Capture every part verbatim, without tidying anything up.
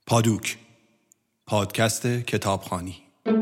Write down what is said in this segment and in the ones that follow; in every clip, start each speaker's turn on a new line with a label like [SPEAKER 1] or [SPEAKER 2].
[SPEAKER 1] پادوک، پادکست کتابخوانی.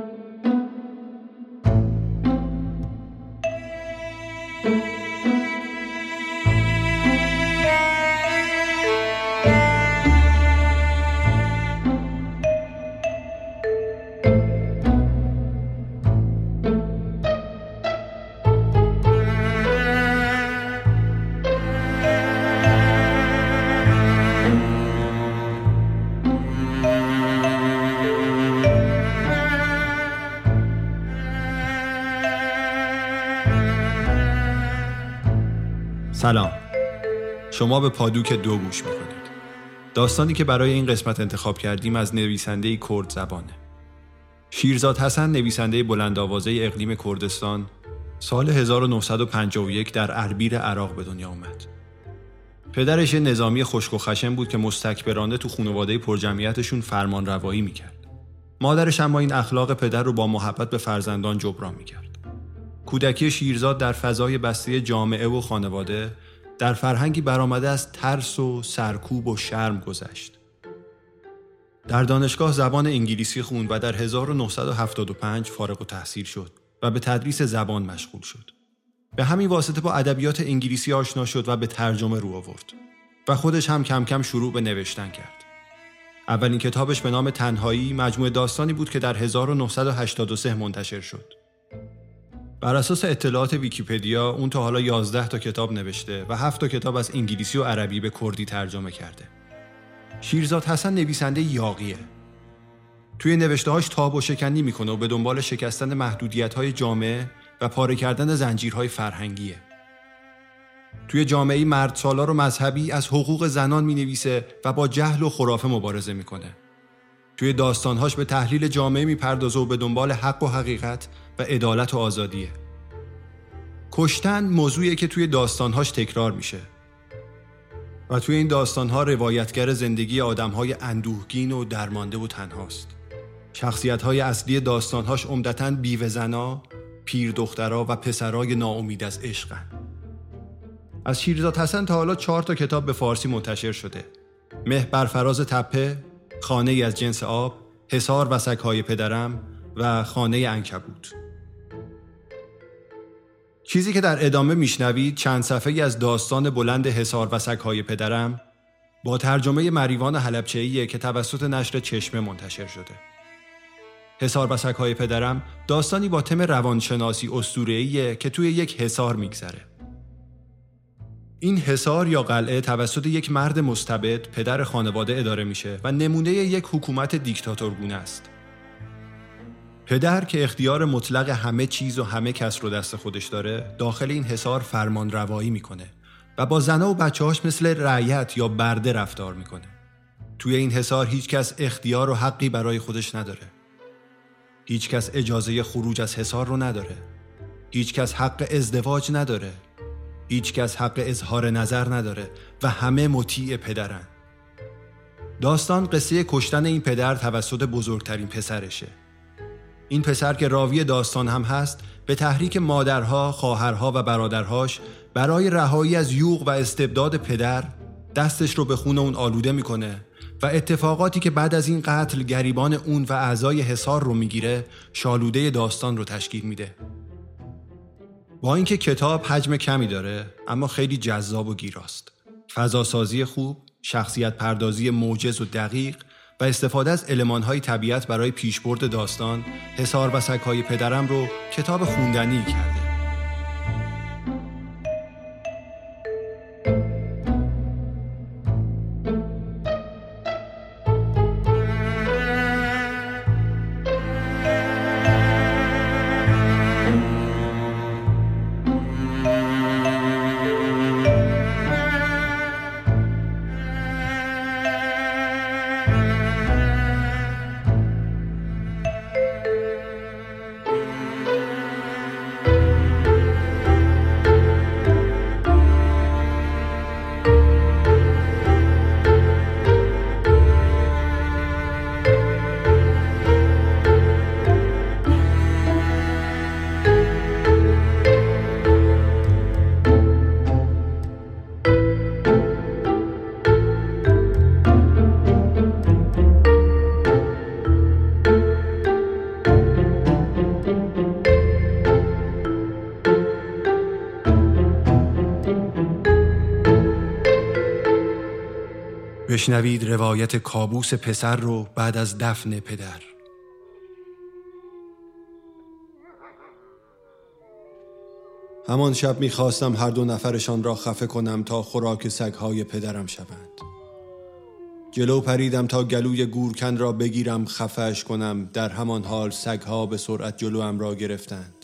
[SPEAKER 1] سلام، شما به پادوک دو گوش میکنید. داستانی که برای این قسمت انتخاب کردیم از نویسنده کرد زبانه. شیرزاد حسن، نویسنده بلند آوازه اقلیم کردستان، سال هزار و نهصد و پنجاه و یک در اربیل عراق به دنیا آمد. پدرش نظامی خشک و خشن بود که مستکبرانه تو خانواده پرجمعیتشون فرمان روایی میکرد. مادرش اما این اخلاق پدر رو با محبت به فرزندان جبران میکرد. کودکی شیرزاد در فضای بسته جامعه و خانواده در فرهنگی برآمده از ترس و سرکوب و شرم گذشت. در دانشگاه زبان انگلیسی خوند و در هزار و نهصد و هفتاد و پنج فارغ التحصیل شد و به تدریس زبان مشغول شد. به همین واسطه با ادبیات انگلیسی آشنا شد و به ترجمه رو آورد و خودش هم کم کم شروع به نوشتن کرد. اولین کتابش به نام تنهایی مجموعه داستانی بود که در هزار و نهصد و هشتاد و سه منتشر شد. بر اساس اطلاعات ویکی‌پدیا اون تا حالا یازده تا کتاب نوشته و هفت تا کتاب از انگلیسی و عربی به کردی ترجمه کرده. شیرزاد حسن نویسنده یاغیه. توی نوشته‌هاش تاب و شکنی میکنه و به دنبال شکستن محدودیت‌های جامعه و پاره کردن زنجیرهای فرهنگیه. توی جامعه‌ای مردسالار و مذهبی از حقوق زنان مینویسه و با جهل و خرافه مبارزه میکنه. توی داستان‌هاش به تحلیل جامعه میپردازه و به دنبال حق و حقیقت و عدالت و آزادیه. کشتن موضوعیه که توی داستان‌هاش تکرار میشه و توی این داستان‌ها روایتگر زندگی آدم‌های اندوهگین و درمانده و تنهاست. شخصیت‌های اصلی داستان‌هاش عمدتاً بیوه زنا، پیر دخترها و پسرای ناامید از عشقن. از شیرزاد حسن تا حالا چهار تا کتاب به فارسی منتشر شده: مه بر فراز تپه، خانه ای از جنس آب، حصار و سگ‌های پدرم و خانه عنکبوت. چیزی که در ادامه میشنوید چند صفحه‌ای از داستان بلند حصار و سگ‌های پدرم با ترجمه مریوان حلبچه‌ایه که توسط نشر چشمه منتشر شده. حصار و سگ‌های پدرم داستانی با تم روانشناسی اسطوره‌ایه که توی یک حصار میگذره. این حصار یا قلعه توسط یک مرد مستبد پدر خانواده اداره میشه و نمونه یک حکومت دیکتاتورگونه است. پدر که اختیار مطلق همه چیز و همه کس رو دست خودش داره، داخل این حصار فرمان روایی میکنه و با زنها و بچه‌هاش مثل رعیت یا برده رفتار میکنه. توی این حصار هیچ کس اختیار و حقی برای خودش نداره. هیچ کس اجازه خروج از حصار رو نداره. هیچ کس حق ازدواج نداره. هیچ کس حق اظهار نظر نداره و همه مطیع پدرن. داستان قصه کشتن این پدر توسط بزرگترین پسرشه. این پسر که راوی داستان هم هست، به تحریک مادرها، خواهرها و برادرهاش برای رهایی از یوغ و استبداد پدر دستش رو به خون اون آلوده میکنه و اتفاقاتی که بعد از این قتل گریبان اون و اعضای حصار رو میگیره شالوده داستان رو تشکیل میده. با اینکه کتاب حجم کمی داره، اما خیلی جذاب و گیراست. فضاسازی خوب، شخصیت پردازی موجز و دقیق و استفاده از المان‌های طبیعت برای پیشبرد داستان، حصار و سگ‌های پدرم رو کتاب خوندنی کرده. بشنوید روایت کابوس پسر رو بعد از دفن پدر. همان شب می‌خواستم هر دو نفرشان را خفه کنم تا خوراک سگ‌های پدرم شوند. جلو پریدم تا گلوی گورکن را بگیرم خفه‌اش کنم. در همان حال سگ‌ها به سرعت جلوام را گرفتند.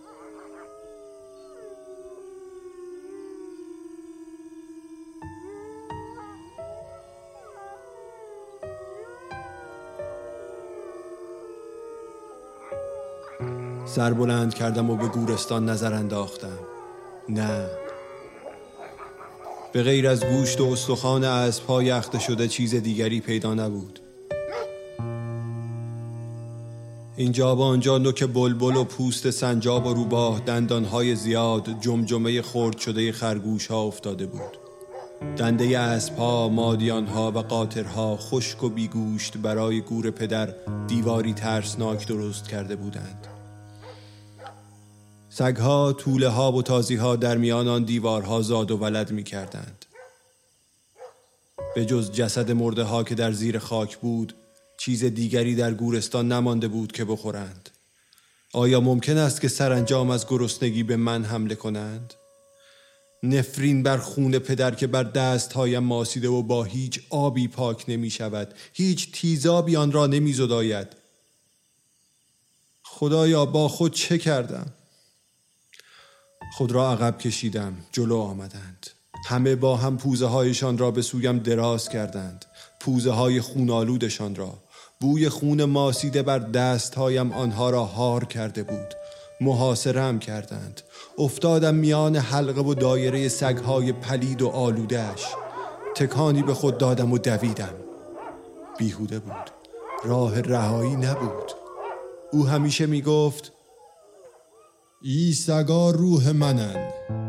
[SPEAKER 1] سر بلند کردم و به گورستان نظر انداختم. نه، به غیر از گوشت و استخوان اسب‌های اخته شده چیز دیگری پیدا نبود. اینجا با آنجا نوک بلبل و پوست سنجاب و روباه، دندانهای زیاد، جمجمه خرد شده خرگوش‌ها افتاده بود. دنده اسب‌ها، مادیان‌ها و قاطرها خشک و بیگوشت برای گور پدر دیواری ترسناک درست کرده بودند. سگ‌ها، توله‌ها و تازی‌ها در میان آن دیوارها زاد و ولد می‌کردند. به جز جسد مرده‌ها که در زیر خاک بود، چیز دیگری در گورستان نمانده بود که بخورند. آیا ممکن است که سرانجام از گرسنگی به من حمله کنند؟ نفرین بر خون پدر که بر دست‌هایم ماسیده و با هیچ آبی پاک نمی‌شود، هیچ تیزابی آن را نمی‌زداید. خدایا با خود چه کردم؟ خود را عقب کشیدم. جلو آمدند. همه با هم پوزه هایشان را به سویم دراز کردند. پوزه های خونالودشان را. بوی خون ماسیده بر دست هایم آنها را هار کرده بود. محاصره‌ام کردند. افتادم میان حلقه و دایره سگ های پلید و آلوده‌اش. تکانی به خود دادم و دویدم. بیهوده بود. راه رهایی نبود. او همیشه می گفت ای سگا روح منن.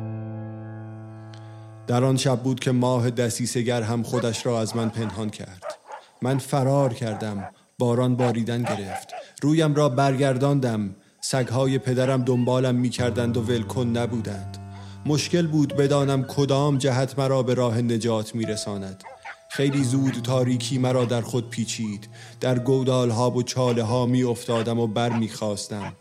[SPEAKER 1] در آن شب بود که ماه دسیسه‌گر هم خودش را از من پنهان کرد. من فرار کردم. باران باریدن گرفت. رویم را برگرداندم. سگ‌های پدرم دنبالم می‌کردند و ولکن نبودند. مشکل بود بدانم کدام جهت مرا به راه نجات می‌رساند. خیلی زود تاریکی مرا در خود پیچید. در گودال‌ها و چاله‌ها می‌افتادم و بر می‌خواستم.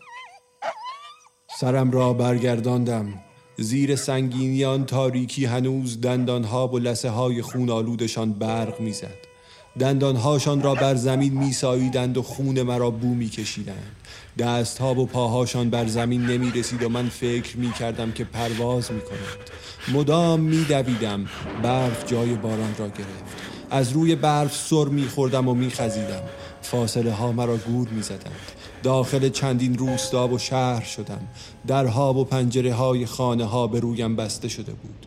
[SPEAKER 1] سرم را برگرداندم. زیر سنگینی آن تاریکی هنوز دندانها و لثه های خون آلودشان برق میزد. دندانهاشان را بر زمین میساییدند و خون مرا بو میکشیدند. دستها و پاهاشان بر زمین نمیرسید و من فکر میکردم که پرواز میکنند. مدام میدویدم. برف جای باران را گرفت. از روی برف سر میخوردم و میخزیدم. فاصله ها مرا گور میزدند. داخل چندین روستا و شهر شدم. درها و پنجره های خانه ها به رویم بسته شده بود.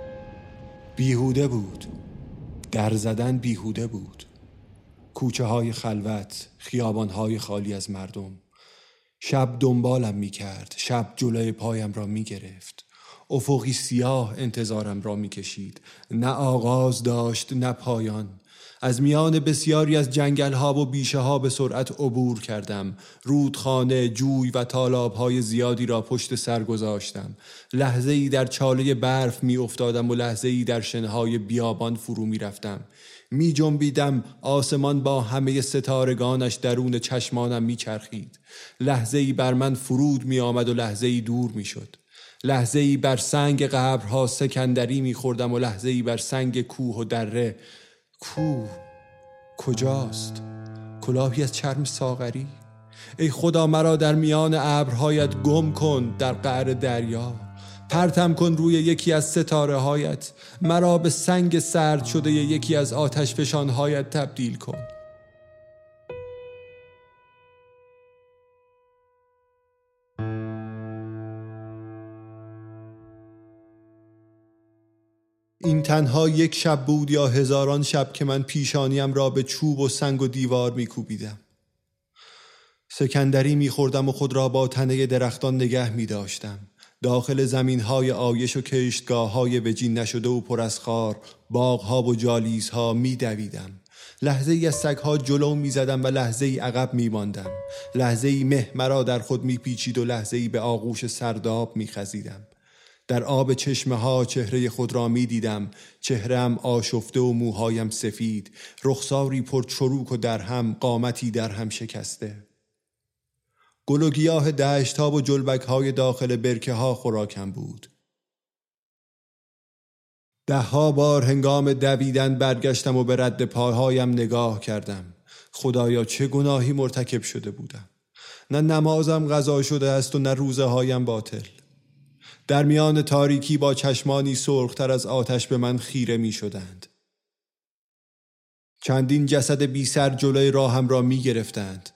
[SPEAKER 1] بیهوده بود. در زدن بیهوده بود. کوچه های خلوت، خیابان های خالی از مردم. شب دنبالم می کرد. شب جلوی پایم را می گرفت. افقی سیاه انتظارم را می کشید. نه آغاز داشت نه پایان. از میان بسیاری از جنگل‌ها و بیشه‌ها به سرعت عبور کردم. رودخانه، جوی و تالاب‌های زیادی را پشت سر گذاشتم. لحظه‌ای در چاله برف می‌افتادم و لحظه‌ای در شنهای بیابان فرو می‌رفتم. می‌جنبیدم. آسمان با همه ستارگانش درون چشمانم می‌چرخید. لحظه‌ای بر من فرود می‌آمد و لحظه‌ای دور می‌شد. لحظه‌ای بر سنگ قبرها سکندری می‌خوردم و لحظه‌ای بر سنگ کوه و دره. کوه کجاست؟ کلاهی از چرم ساغری؟ ای خدا مرا در میان ابرهایت گم کن در قعر دریا. پرتم کن روی یکی از ستاره هایت. مرا به سنگ سرد شده یکی از آتش فشانهایت تبدیل کن. این تنها یک شب بود یا هزاران شب که من پیشانیم را به چوب و سنگ و دیوار می‌کوبیدم. سکندری می‌خوردم و خود را با تنه درختان نگه می‌داشتم. داخل زمین‌های آیش و کشتگاه‌های وجین نشده و پر از خار، باغ‌ها و جالیزها می‌دویدم. لحظه‌ای از سگ‌ها جلو می‌زدم و لحظه‌ای عقب می‌ماندم. لحظه‌ای مه مرا در خود می‌پیچید و لحظه‌ای به آغوش سرداب می‌خزیدم. در آب چشمه ها چهره خود را می دیدم، چهره‌ام آشفته و موهایم سفید، رخساری پر چروک و درهم، قامتی درهم شکسته. گل و گیاه دشت‌ها و جلبک‌های داخل برکه ها خوراکم بود. ده ها بار هنگام دویدن برگشتم و به رد پاهایم نگاه کردم. خدایا چه گناهی مرتکب شده بودم. نه نمازم قضا شده است و نه روزه هایم باطل. در میان تاریکی با چشمانی سرختر از آتش به من خیره می شدند. چندین جسد بی سر جلوی راهم را می گرفتند.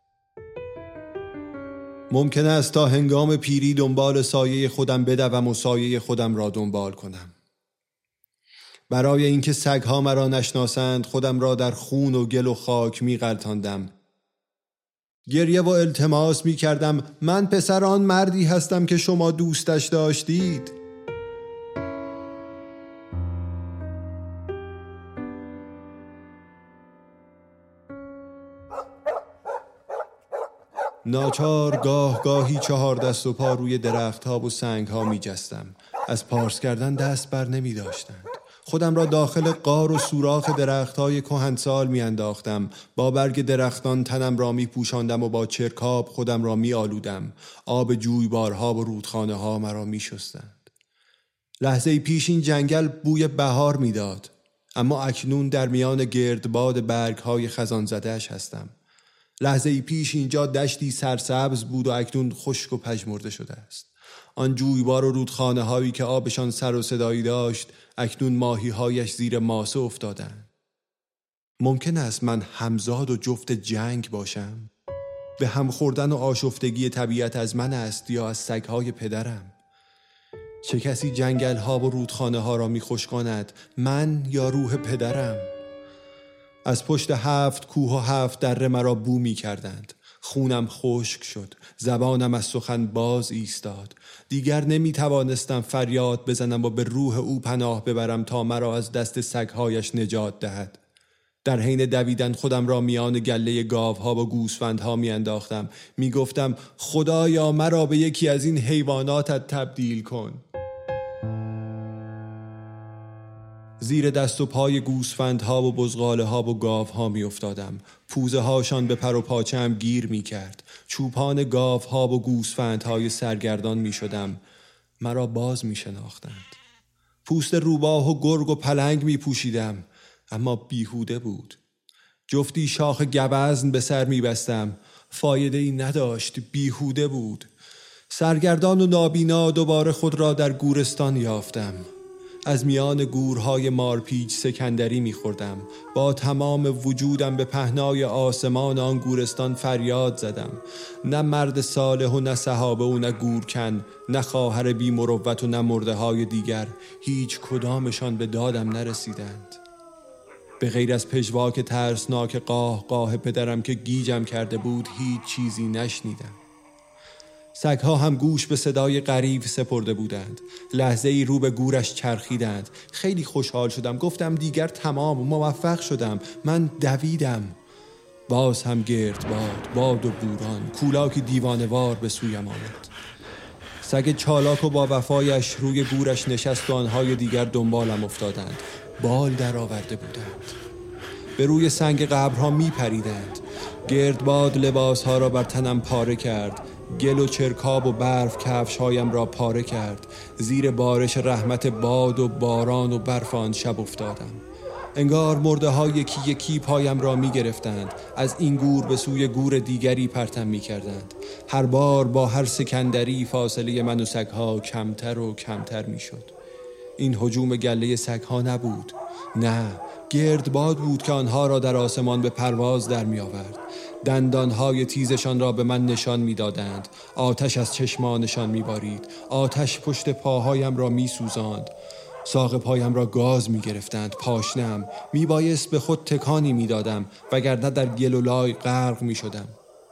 [SPEAKER 1] ممکن است تا هنگام پیری دنبال سایه خودم بدوم و سایه خودم را دنبال کنم. برای اینکه سگها مرا نشناسند خودم را در خون و گل و خاک می غلطاندم. گریه و التماس می کردم من پسر آن مردی هستم که شما دوستش داشتید. ناچار گاه گاهی چهار دست و پا روی درخت ها و سنگ ها می جستم. از پارس کردن دست بر نمی داشتند. خودم را داخل غار و سوراخ درخت‌های کهنسال می‌انداختم. با برگ درختان تنم را می‌پوشاندم و با چرکاب خودم را می‌آلودم. آب جویبارها و رودخانه‌ها مرا می‌شستند. لحظه پیش این جنگل بوی بهار می‌داد، اما اکنون در میان گردباد برگ‌های خزان زده‌اش هستم. لحظه پیش اینجا دشتی سرسبز بود و اکنون خشک و پژمرده شده است. آن جویبار و رودخانه هایی که آبشان سر و صدایی داشت اکنون ماهی هایش زیر ماسه افتادند. ممکن است من همزاد و جفت جنگ باشم؟ به هم خوردن و آشفتگی طبیعت از من است یا از سگهای پدرم؟ چه کسی جنگل ها و رودخانه ها را می خشکاند، من یا روح پدرم؟ از پشت هفت کوه و هفت دره مرا بو می کردند. خونم خشک شد، زبانم از سخن باز ایستاد. دیگر نمی توانستم فریاد بزنم و به روح او پناه ببرم تا مرا از دست سگهایش نجات دهد. در حین دویدن خودم را میان گله گاوها و گوسفندها می انداختم. می گفتم خدایا مرا به یکی از این حیواناتت تبدیل کن. زیر دست و پای گوسفندها و بزغاله ها و گاوها می افتادم. پوزه هاشان به پر و پاچم گیر می کرد. چوپان گاوها و گوسفندهای سرگردان می شدم. مرا باز می شناختند. پوست روباه و گرگ و پلنگ می پوشیدم، اما بیهوده بود. جفتی شاخ گوزن به سر می بستم، فایده ای نداشت، بیهوده بود. سرگردان و نابینا دوباره خود را در گورستان یافتم. از میان گورهای مارپیچ سکندری می‌خوردم. با تمام وجودم به پهنای آسمان آن گورستان فریاد زدم. نه مرد صالح و نه صحابه و نه گورکن، نه خواهر بی مروت و نه مرده های دیگر، هیچ کدامشان به دادم نرسیدند. به غیر از پژواک ترسناک قاه قاه پدرم که گیجم کرده بود هیچ چیزی نشنیدم. سگها هم گوش به صدای غریب سپرده بودند. لحظه ای رو به گورش چرخیدند. خیلی خوشحال شدم. گفتم دیگر تمام، موفق شدم. من دویدم. باز هم گرد باد، باد و بوران، کولاکی دیوانوار به سویم آمد. سگ چالاک و با وفایش روی گورش نشست و آنهای دیگر دنبالم افتادند. بال در آورده بودند. به روی سنگ قبرها می پریدند. گرد باد لباسها را بر تنم پاره کرد. گل و چرکاب و برف کفشهایم را پاره کرد. زیر بارش رحمت باد و باران و برف آن شب افتادم. انگار مرده ها یکی یکی پایم را می گرفتند. از این گور به سوی گور دیگری پرتم می کردند. هر بار با هر سکندری فاصله من و سگها کمتر و کمتر می شد. این هجوم گله سگها نبود. نه، گردباد بود که آنها را در آسمان به پرواز در می آورد. دندانهای تیزشان را به من نشان می دادند. آتش از چشمانشان می بارید. آتش پشت پاهایم را می سوزاند. ساق پایم را گاز می گرفتند. پاشنم می بایست به خود تکانی می دادم وگرنه در گل و لای غرق می شدم.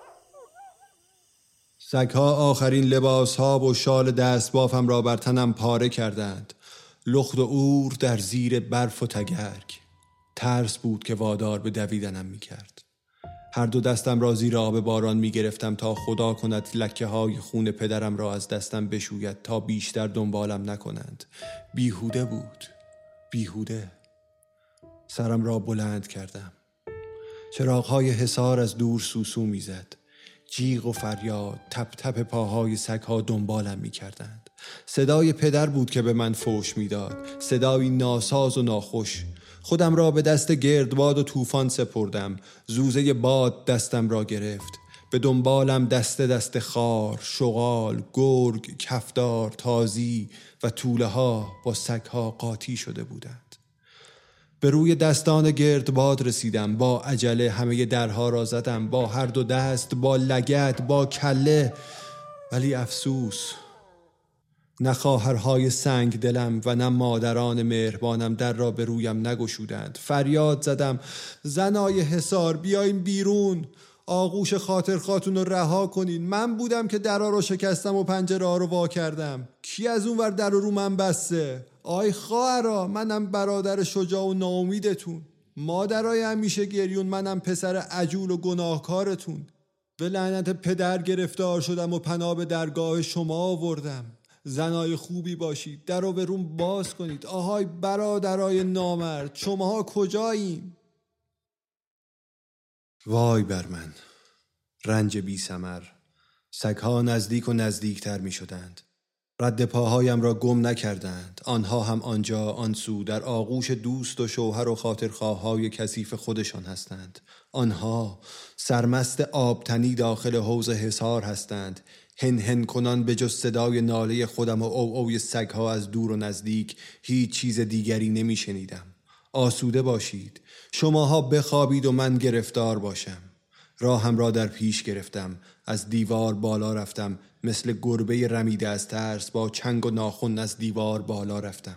[SPEAKER 1] سگها آخرین لباسها و شال دستبافم را بر تنم پاره کردند. لخت و اور در زیر برف و تگرگ. ترس بود که وادار به دویدنم می کرد. هر دو دستم را زیر آب باران می گرفتم تا خدا کند لکه های خون پدرم را از دستم بشوید تا بیشتر دنبالم نکنند. بیهوده بود، بیهوده. سرم را بلند کردم. چراغ‌های حصار از دور سوسو می زد. جیغ و فریاد، تپ تپ پاهای سگ‌ها دنبالم می کردند. صدای پدر بود که به من فوش می داد. صدایی ناساز و ناخوش. خودم را به دست گردباد و طوفان سپردم. زوزه باد دستم را گرفت. به دنبالم دست دست خار، شغال، گرگ، کفدار، تازی و توله ها با سگ‌ها قاطی شده بودند. به روی دستان گردباد رسیدم. با عجله همه درها را زدم، با هر دو دست، با لگد، با کله. ولی افسوس، نه خواهرهای سنگ دلم و نه مادران مهربانم در را به رویم نگشودند. فریاد زدم: زنای حصار بیاین بیرون، آغوش خاطر خاتون رو رها کنین. من بودم که درها رو شکستم و پنجره ها رو وا کردم. کی از اون ور در رو من بسته؟ آی خواهرا، منم برادر شجاع و ناامیدتون. مادرای همیشه گریون، منم پسر عجول و گناهکارتون. به لعنت پدر گرفتار شدم و پناه به درگاه شما آوردم. زنای خوبی باشید، در رو به روم باز کنید. آهای برادرای نامرد، شماها کجاییم؟ وای بر من، رنج بی ثمر. سگ‌ها نزدیک و نزدیکتر می شدند. رد پاهایم را گم نکردند. آنها هم آنجا آن سو در آغوش دوست و شوهر و خاطرخواه‌های کثیف خودشان هستند. آنها سرمست آبتنی داخل حوض حصار هستند. هن هن کنان به جز صدای ناله خودم و او اوی سگ‌ها از دور و نزدیک هیچ چیز دیگری نمی شنیدم. آسوده باشید، شماها بخوابید و من گرفتار باشم. راهم را در پیش گرفتم. از دیوار بالا رفتم. مثل گربه رمیده از ترس با چنگ و ناخن از دیوار بالا رفتم.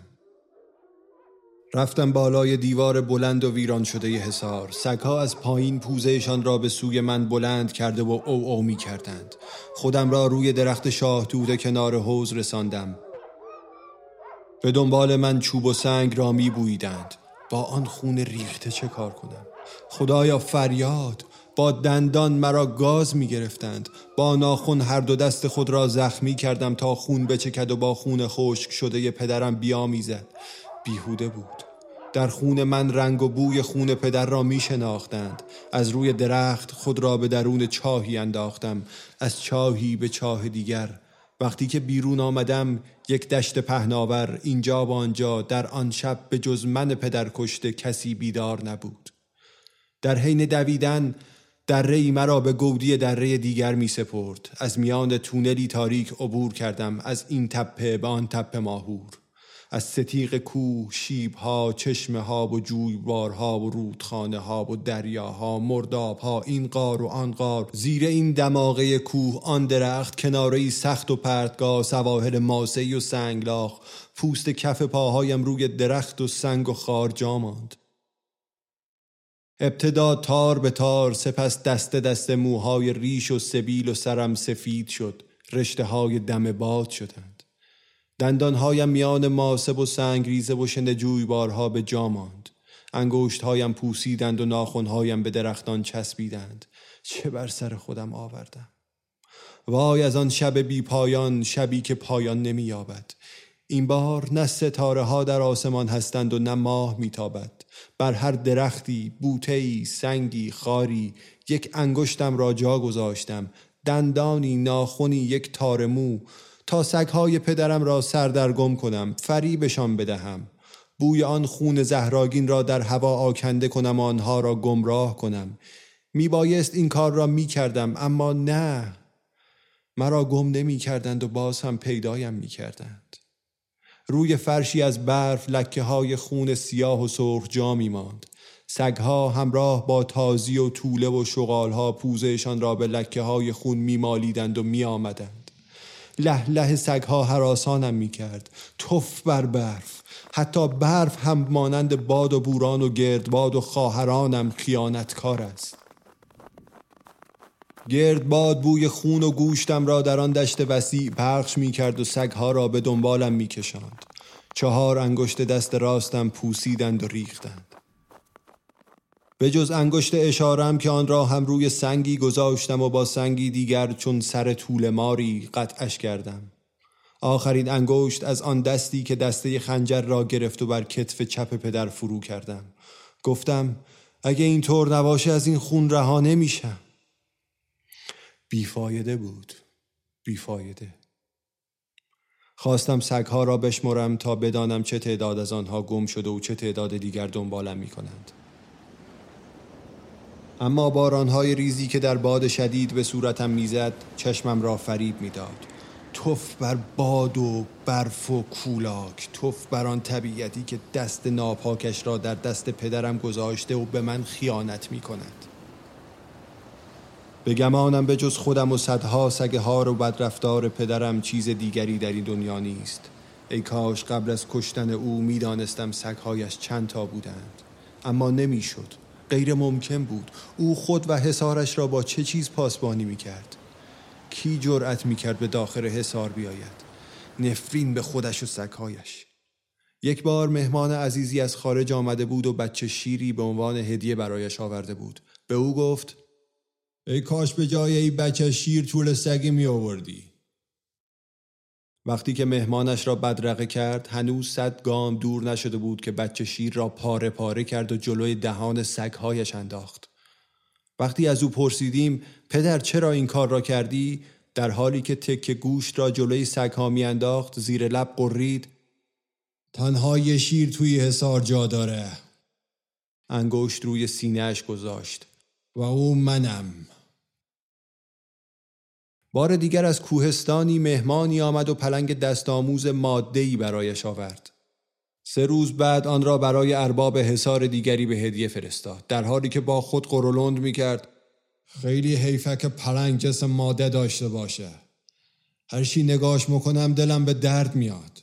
[SPEAKER 1] رفتم بالای دیوار بلند و ویران شده ی حصار. سگ‌ها از پایین پوزهشان را به سوی من بلند کرده و او او می کردند. خودم را روی درخت شاه توده کنار حوض رساندم. به دنبال من چوب و سنگ را می بویدند. با آن خون ریخته چه کار کنم؟ خدایا فریاد! با دندان مرا گاز می گرفتند. با ناخن هر دو دست خود را زخمی کردم تا خون بچکد و با خون خشک شده ی پدرم بیامیزد. بیهوده بود. در خون من رنگ و بوی خون پدر را می شناختند. از روی درخت خود را به درون چاهی انداختم. از چاهی به چاه دیگر. وقتی که بیرون آمدم، یک دشت پهناور، اینجا و آنجا، در آن شب به جز من پدر کشته کسی بیدار نبود. در حین دویدن دره‌ای مرا به گودی دره دیگر می سپرد. از میان تونلی تاریک عبور کردم. از این تپه به آن تپه ماهور. از ستیغ کوه، شیب‌ها، چشمه‌ها و جویبارها و رودخانه ها و دریاها، مرداب‌ها، این غار و آن غار، زیر این دماغه کوه، آن درخت، کناره‌ای سخت و پرتگاه، سواحل ماسه‌ای و سنگلاخ. پوست کف پاهایم روی درخت و سنگ و خار جا ماند. ابتدا تار به تار، سپس دست دست موهای ریش و سبیل و سرم سفید شد. رشته های دم باد شدند. دندانهایم میان ماسه و سنگ ریزه و شنه جویبارها به جا ماند. انگشتهایم پوسیدند و ناخنهایم به درختان چسبیدند. چه بر سر خودم آوردم؟ وای از آن شب بی پایان، شبی که پایان نمی یابد. این بار نه ستاره ها در آسمان هستند و نه ماه میتابد. بر هر درختی، بوته‌ای، سنگی، خاری، یک انگشتم را جا گذاشتم. دندانی، ناخنی، یک تار مو، تا سگ‌های پدرم را سردرگم کنم، فریبشان بدهم. بوی آن خون زهراگین را در هوا آکنده کنم، آنها را گمراه کنم. میبایست این کار را میکردم، اما نه. مرا گم نمی کردند و باز هم پیدایم میکردند. روی فرشی از برف لکه های خون سیاه و سرخ جا می ماند. سگها همراه با تازی و توله و شغالها پوزهشان را به لکه های خون می مالیدند و می آمدند. له له سگها هراسانم می کرد. تف بر برف. حتی برف هم مانند باد و بوران و گردباد و خواهرانم خیانتکار است. گردباد بوی خون و گوشتم را در آن دشت وسیع پخش می کرد و سگها را به دنبالم می کشاند. چهار انگشت دست راستم پوسیدند و ریختند. به جز انگشت اشارم که آن را هم روی سنگی گذاشتم و با سنگی دیگر چون سر طول ماری قطعش کردم. آخرین انگشت از آن دستی که دسته خنجر را گرفت و بر کتف چپ پدر فرو کردم. گفتم اگه این طور نباشه از این خون رها نمیشم. بیفایده بود. بیفایده. خواستم سگها را بشمرم تا بدانم چه تعداد از آنها گم شده و چه تعداد دیگر دنبالم می کنند. اما بارانهای ریزی که در باد شدید به صورتم میزد چشمم را فریب میداد. تف بر باد و برف و کولاک، تف بر آن طبیعتی که دست ناپاکش را در دست پدرم گذاشته و به من خیانت می کند. به گمانم به جز خودم و صدها سگه ها و بدرفتار پدرم چیز دیگری در این دنیا نیست. ای کاش قبل از کشتن او می دانستم سگهایش چند تا بودند. اما نمی شد. غیر ممکن بود. او خود و حصارش را با چه چیز پاسبانی می کرد؟ کی جرأت می کرد به داخل حصار بیاید؟ نفرین به خودش و سگهایش. یک بار مهمان عزیزی از خارج آمده بود و بچه شیری به عنوان هدیه برایش آورده بود. به او گفت ای کاش به جای ای بچه شیر طول سگی می آوردی. وقتی که مهمانش را بدرقه کرد هنوز صد گام دور نشده بود که بچه شیر را پاره پاره کرد و جلوی دهان سگهایش انداخت. وقتی از او پرسیدیم پدر چرا این کار را کردی؟ در حالی که تکه گوشت را جلوی سگها می انداخت زیر لب قرید تنها یه شیر توی حصار جا داره. انگشت روی سینه‌اش گذاشت و او منم. بار دیگر از کوهستانی مهمانی آمد و پلنگ دستآموز ماده‌ای برایش آورد. سه روز بعد آن را برای ارباب حصار دیگری به هدیه فرستاد، در حالی که با خود قرولند می‌کرد خیلی حیفه که پلنگ جسم ماده داشته باشه. هر چی نگاش میکنم دلم به درد میاد.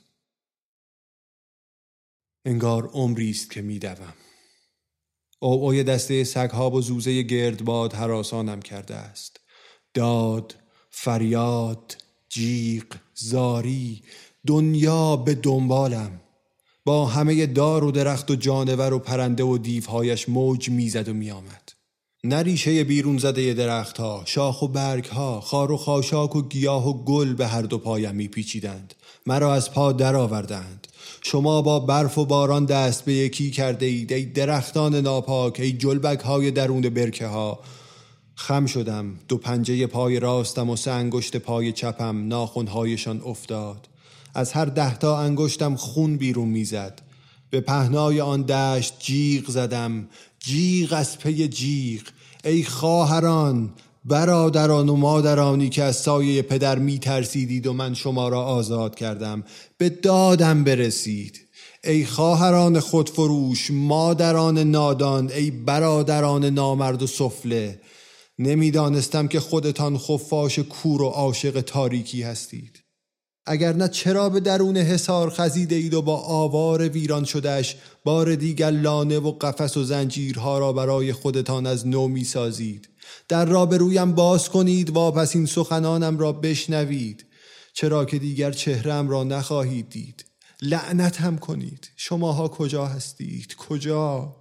[SPEAKER 1] انگار عمری است که میدوم. اوعوی دسته سگ‌ها و زوزه گردباد هراسانم کرده است. داد، فریاد، جیغ، زاری، دنیا به دنبالم. با همه دار و درخت و جانور و پرنده و دیوهایش موج میزد و میآمد. نه ریشه بیرون زده درختها، شاخ و برگها، خار و خاشاک و گیاه و گل به هر دو پایم میپیچیدند. مرا از پا در آوردند. شما با برف و باران دست به یکی کرده اید ای درختان ناپاک، ای جلبک های درون برکه ها. خم شدم. دو پنجه پای راستم و سه انگشت پای چپم ناخنهایشان افتاد. از هر ده تا انگشتم خون بیرون میزد. به پهنای آن دشت جیغ زدم، جیغ از پی جیغ. ای خواهران، برادران و مادرانی که از سایه پدر می ترسیدید و من شما را آزاد کردم، به دادم برسید. ای خواهران خودفروش، مادران نادان، ای برادران نامرد و سفله. نمیدانستم که خودتان خفاش کور و عاشق تاریکی هستید. اگر نه چرا به درون حصار خزیده اید و با آوار ویران شدهش بار دیگر لانه و قفس و زنجیرها را برای خودتان از نو می سازید؟ در را به رویم باز کنید واپس این سخنانم را بشنوید. چرا که دیگر چهرم را نخواهید دید. لعنت هم کنید. شماها کجا هستید؟ کجا؟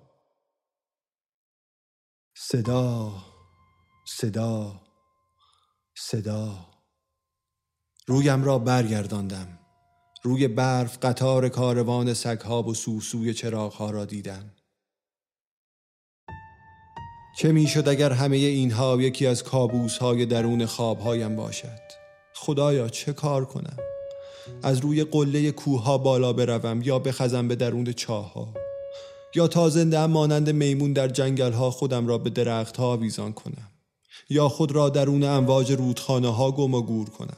[SPEAKER 1] صدا، صدا، صدا. رویم را برگرداندم. روی برف قطار کاروان سگها و سوسوی چراغها را دیدم. چه می شد اگر همه اینها یکی از کابوس‌های درون خوابهایم باشد؟ خدایا چه کار کنم؟ از روی قله کوه‌ها بالا بروم یا بخزم به درون چاه‌ها؟ یا تا زنده مانند میمون در جنگل‌ها خودم را به درخت‌ها آویزان کنم؟ یا خود را درون امواج رودخانه‌ها گم و گور کنم؟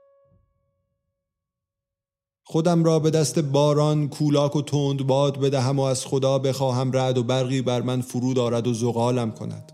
[SPEAKER 1] خودم را به دست باران، کولاک و تند باد بدهم و از خدا بخواهم رعد و برقی بر من فرود آرد و زغالم کند.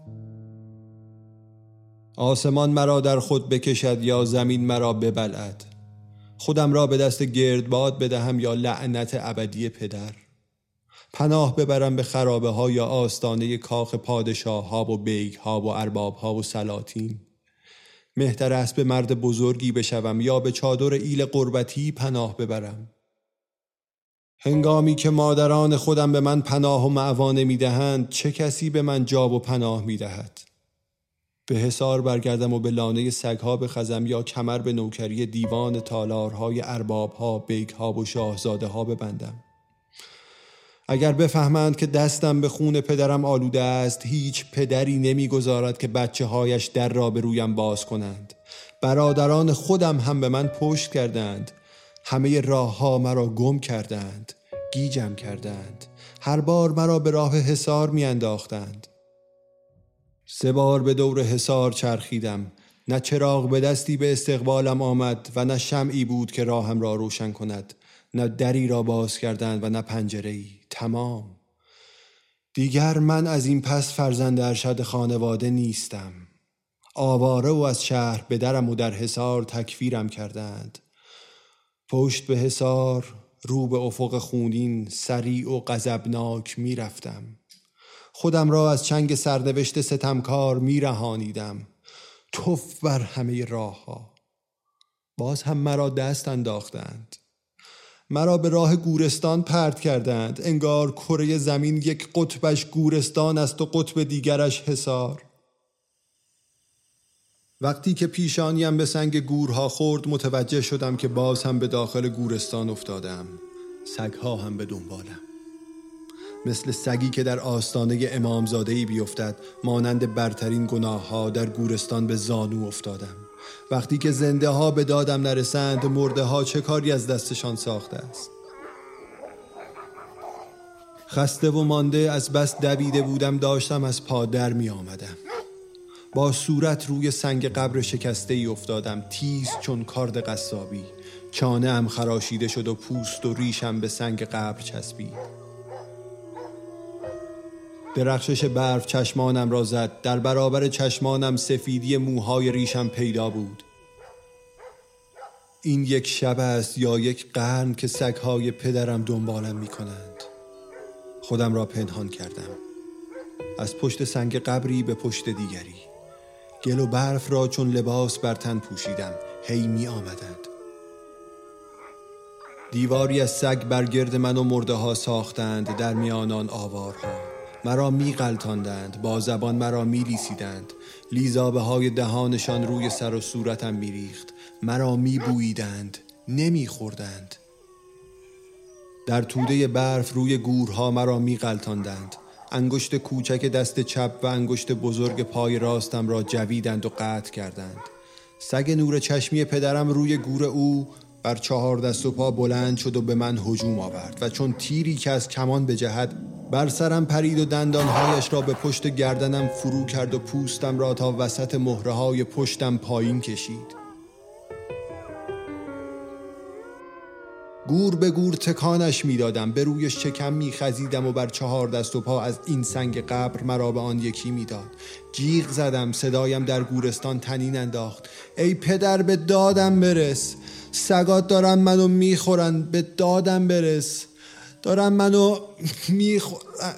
[SPEAKER 1] آسمان مرا در خود بکشد یا زمین مرا ببلعد. خودم را به دست گردباد بدهم یا لعنت ابدی پدر. پناه ببرم به خرابه ها یا آستانه کاخ پادشاه ها و بیگ ها و ارباب ها و سلاطین. مهتر است به مرد بزرگی بشوم یا به چادر ایل قربتی پناه ببرم. هنگامی که مادران خودم به من پناه و معوا نمی‌دهند، چه کسی به من جاب و پناه می‌دهد؟ به حصار برگردم و به لانه سگ‌ها بخزم یا کمر به نوکری دیوان تالارهای ارباب‌ها، بیگ‌ها و شاهزاده‌ها ببندم؟ اگر بفهمند که دستم به خون پدرم آلوده است، هیچ پدری نمی‌گذارد که بچه‌هایش در را به رویم باز کنند. برادران خودم هم به من پشت کردند. همه راه‌ها مرا گم کردند، گیجم کردند. هر بار مرا به راه حصار می‌انداختند. سه بار به دور حصار چرخیدم. نه چراغ به دستی به استقبالم آمد و نه شمعی بود که راهم را روشن کند. نه دری را باز کردند و نه پنجره‌ای. تمام. دیگر من از این پس فرزند ارشد خانواده نیستم. آواره و از شهر به درم و در حصار تکفیرم کردند. پشت به حصار، رو به افق خونین، سریع و غضبناک می رفتم. خودم را از چنگ سرنوشت ستمکار می رهانیدم. توف بر همه راه ها. باز هم مرا دست انداختند. مرا به راه گورستان پرت کردند. انگار کره زمین یک قطبش گورستان است و قطب دیگرش حصار. وقتی که پیشانیم به سنگ گورها خورد، متوجه شدم که باز هم به داخل گورستان افتادم. سگها هم به دنبالم. مثل سگی که در آستانه امامزاده‌ای بیفتد، مانند برترین گناه‌ها در گورستان به زانو افتادم. وقتی که زنده ها به دادم نرسند، مرده ها چه کاری از دستشان ساخته است؟ خسته و مانده از بس دویده بودم، داشتم از پا در می آمدم. با صورت روی سنگ قبر شکسته ای افتادم، تیز چون کارد قصابی. چانه ام خراشیده شد و پوست و ریشم به سنگ قبر چسبید. درخشش برف چشمانم را زد. در برابر چشمانم سفیدی موهای ریشم پیدا بود. این یک شب است یا یک قرن که سگهای پدرم دنبالم می کنند. خودم را پنهان کردم. از پشت سنگ قبری به پشت دیگری. گل و برف را چون لباس بر تن پوشیدم. هی می آمدند. دیواری از سگ برگرد من و مرده ها ساختند. در میان آن آوارها مرا می غلطاندند. با زبان مرا می لیسیدند. لیزابه های دهانشان روی سر و صورتم می ریخت. مرا می بوییدند. نمی خوردند. در توده برف روی گورها مرا می غلطاندند. انگشت کوچک دست چپ و انگشت بزرگ پای راستم را جویدند و قطع کردند. سگ نور چشمی پدرم روی گور او بر چهار دست و پا بلند شد و به من هجوم آورد و چون تیری که از کمان بجهد بر سرم پرید و دندانهایش را به پشت گردنم فرو کرد و پوستم را تا وسط مهره‌های پشتم پایین کشید. گور به گور تکانش می دادم. به روی شکم می خزیدم و بر چهار دست و پا از این سنگ قبر مرا به آن یکی می داد. جیغ زدم. صدایم در گورستان طنین انداخت. ای پدر، به دادم برس. سگات دارن منو می خورن. به دادم برس. دارن منو می خورن.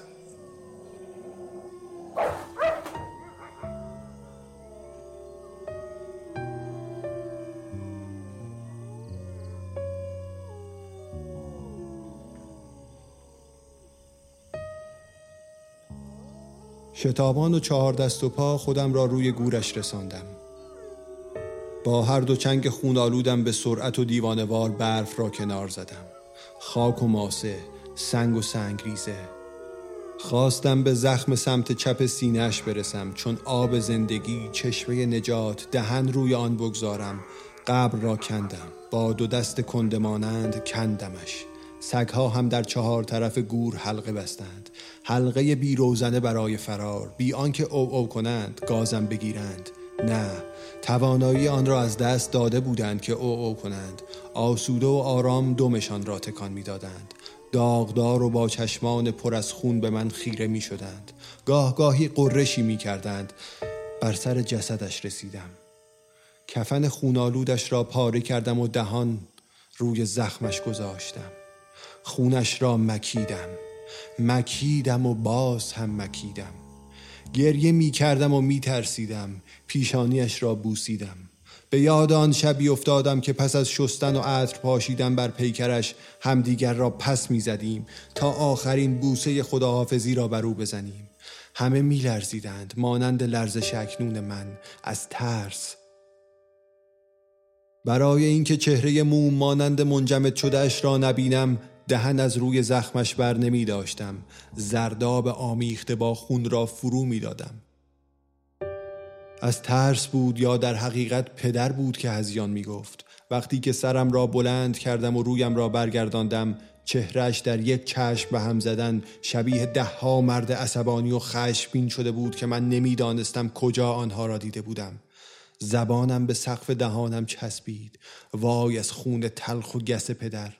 [SPEAKER 1] شتابان و چهار دست و پا خودم را روی گورش رساندم. با هر دو چنگ خونالودم به سرعت و دیوانوار برف را کنار زدم. خاک و ماسه، سنگ و سنگریزه. خواستم به زخم سمت چپ سینه‌اش برسم، چون آب زندگی، چشمه نجات، دهن روی آن بگذارم. قبر را کندم. با دو دست کندمانند کندمش. سگها هم در چهار طرف گور حلقه بستند. حلقه بی روزنه برای فرار، بی آنکه او او کنند گازم بگیرند. نه، توانایی آن را از دست داده بودند که او او کنند. آسوده و آرام دمشان را تکان می دادند. داغدار و با چشمان پر از خون به من خیره می شدند. گاه گاهی قرشی می کردند. بر سر جسدش رسیدم. کفن خونالودش را پاره کردم و دهان روی زخمش گذاشتم. خونش را مکیدم. مکیدم و باز هم مکیدم. گریه می کردم و می ترسیدم. پیشانیش را بوسیدم. به یاد آن شبی افتادم که پس از شستن و عطر پاشیدن بر پیکرش همدیگر را پس می زدیم تا آخرین بوسه خداحافظی را بر او بزنیم. همه می لرزیدند مانند لرزش اکنون من از ترس. برای اینکه چهره موم مانند منجمد شده اش را نبینم دهن از روی زخمش بر نمی داشتم. زرداب آمیخته با خون را فرو می دادم. از ترس بود یا در حقیقت پدر بود که هذیان می گفت. وقتی که سرم را بلند کردم و رویم را برگرداندم چهرهش در یک چشم به هم زدن شبیه ده ها مرد عصبانی و خشمگین شده بود که من نمی دانستم کجا آنها را دیده بودم. زبانم به سقف دهانم چسبید. وای از خون تلخ و گس پدر.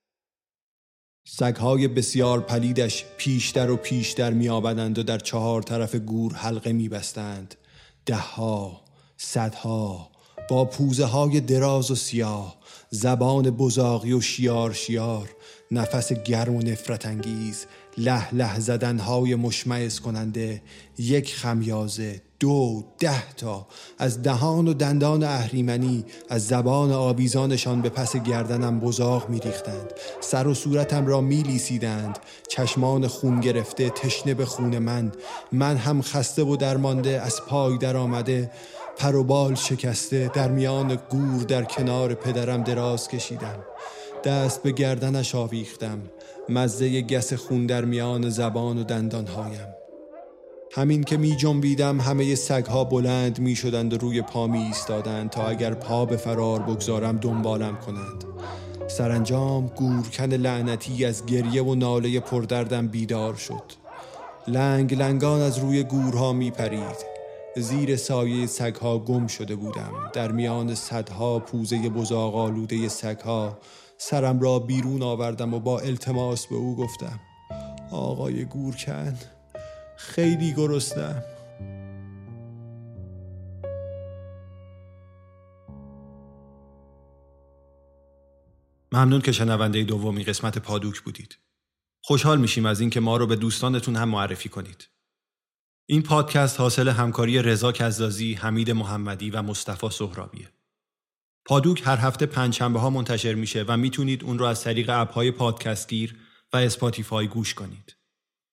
[SPEAKER 1] سگهای بسیار پلیدش پیشتر و پیشتر می آمدند و در چهار طرف گور حلقه می بستند. ده ها، صدها، با پوزه های دراز و سیاه، زبان بزاقی و شیار شیار، نفس گرم و نفرت انگیز، له له زدنهای مشمئز کننده، یک خمیازه، دو، ده تا، از دهان و دندان اهریمنی، از زبان آویزانشان به پس گردنم بزاق می ریختند. سر و صورتم را می لیسیدند. چشمان خون گرفته تشنه به خون من. من هم خسته و درمانده از پای در آمده، پر و بال شکسته در میان گور در کنار پدرم دراز کشیدم. دست به گردنش آویختم. مزه گس خون در میان زبان و دندانهایم. همین که می جنبیدم همه سگها بلند می شدند و روی پا می ایستادند تا اگر پا به فرار بگذارم دنبالم کنند. سرانجام گورکن لعنتی از گریه و ناله پردردم بیدار شد. لنگ لنگان از روی گورها می پرید. زیر سایه سگها گم شده بودم. در میان صدها پوزه بزاق آلوده سگها سرم را بیرون آوردم و با التماس به او گفتم: آقای گورکن، خیلی گرسنه‌ام. ممنون که شنونده دومی قسمت پادوک بودید. خوشحال میشیم از این که ما رو به دوستانتون هم معرفی کنید. این پادکست حاصل همکاری رضا کزازی، حمید محمدی و مصطفی سهرابیه. پادوک هر هفته پنجشنبه ها منتشر میشه و میتونید اون رو از طریق اپ‌های پادکست گیر و اسپاتیفای گوش کنید.